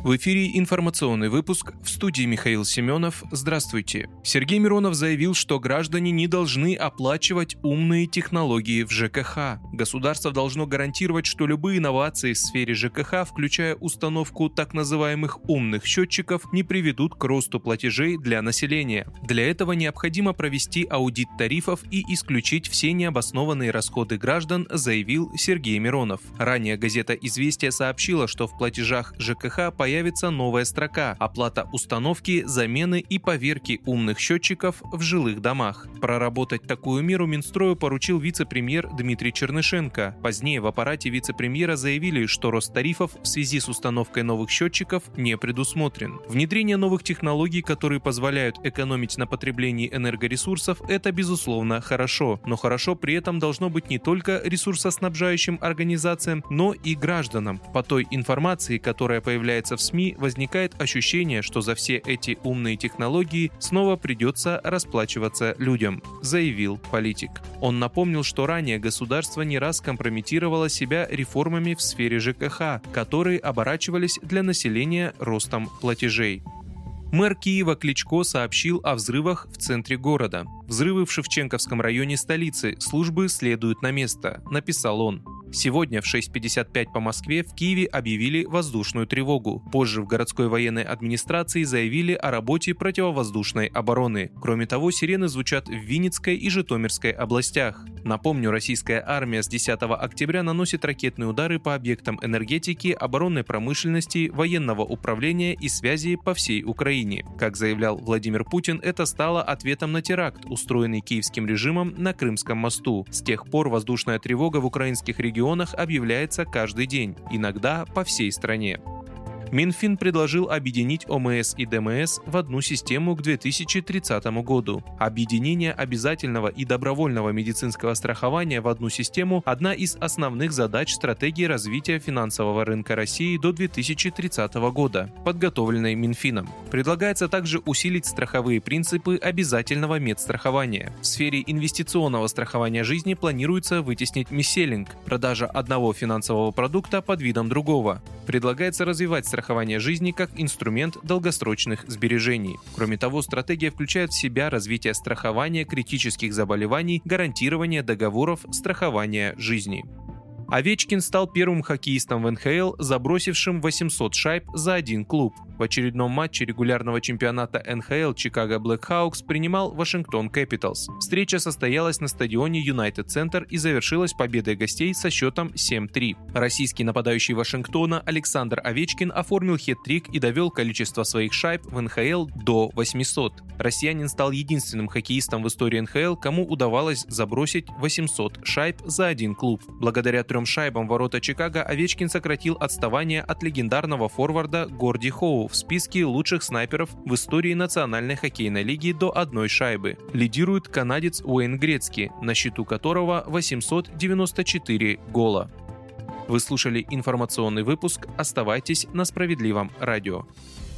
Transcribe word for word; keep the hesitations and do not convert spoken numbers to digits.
В эфире информационный выпуск, в студии Михаил Семенов. Здравствуйте. Сергей Миронов заявил, что граждане не должны оплачивать умные технологии в ЖКХ. Государство должно гарантировать, что любые инновации в сфере ЖКХ, включая установку так называемых умных счетчиков, не приведут к росту платежей для населения. Для этого необходимо провести аудит тарифов и исключить все необоснованные расходы граждан, заявил Сергей Миронов. Ранее газета «Известия» сообщила, что в платежах ЖКХ появится появится новая строка – оплата установки, замены и поверки умных счетчиков в жилых домах. Проработать такую меру Минстрою поручил вице-премьер Дмитрий Чернышенко. Позднее в аппарате вице-премьера заявили, что рост тарифов в связи с установкой новых счетчиков не предусмотрен. Внедрение новых технологий, которые позволяют экономить на потреблении энергоресурсов, это, безусловно, хорошо. Но хорошо при этом должно быть не только ресурсоснабжающим организациям, но и гражданам. По той информации, которая появляется в СМИ, возникает ощущение, что за все эти умные технологии снова придется расплачиваться людям, заявил политик. Он напомнил, что ранее государство не раз компрометировало себя реформами в сфере ЖКХ, которые оборачивались для населения ростом платежей. Мэр Киева Кличко сообщил о взрывах в центре города. «Взрывы в Шевченковском районе столицы. Службы следуют на место», — написал он. Сегодня в шесть пятьдесят пять по Москве в Киеве объявили воздушную тревогу. Позже в городской военной администрации заявили о работе противовоздушной обороны. Кроме того, сирены звучат в Винницкой и Житомирской областях. Напомню, российская армия с десятого октября наносит ракетные удары по объектам энергетики, оборонной промышленности, военного управления и связи по всей Украине. Как заявлял Владимир Путин, это стало ответом на теракт, устроенный киевским режимом на Крымском мосту. С тех пор воздушная тревога в украинских регионах объявляется каждый день, иногда по всей стране. Минфин предложил объединить ОМС и ДМС в одну систему к две тысячи тридцатому году. Объединение обязательного и добровольного медицинского страхования в одну систему – одна из основных задач стратегии развития финансового рынка России до две тысячи тридцатого года, подготовленной Минфином. Предлагается также усилить страховые принципы обязательного медстрахования. В сфере инвестиционного страхования жизни планируется вытеснить мисселлинг – продажа одного финансового продукта под видом другого. Предлагается развивать страхование жизни как инструмент долгосрочных сбережений. Кроме того, стратегия включает в себя развитие страхования критических заболеваний, гарантирование договоров страхования жизни. Овечкин стал первым хоккеистом в эн ха эл, забросившим восемьсот шайб за один клуб. В очередном матче регулярного чемпионата эн ха эл Чикаго Блэкхаукс принимал Вашингтон Кэпиталс. Встреча состоялась на стадионе Юнайтед Центр и завершилась победой гостей со счетом семь три. Российский нападающий Вашингтона Александр Овечкин оформил хет-трик и довел количество своих шайб в эн ха эл до восьмисот. Россиянин стал единственным хоккеистом в истории эн ха эл, кому удавалось забросить восемьсот шайб за один клуб. Благодаря трем шайбам ворота Чикаго Овечкин сократил отставание от легендарного форварда Горди Хоу в списке лучших снайперов в истории Национальной хоккейной лиги до одной шайбы. Лидирует канадец Уэйн Грецки, на счету которого восемьсот девяносто четыре гола. Вы слушали информационный выпуск. Оставайтесь на Справедливом радио.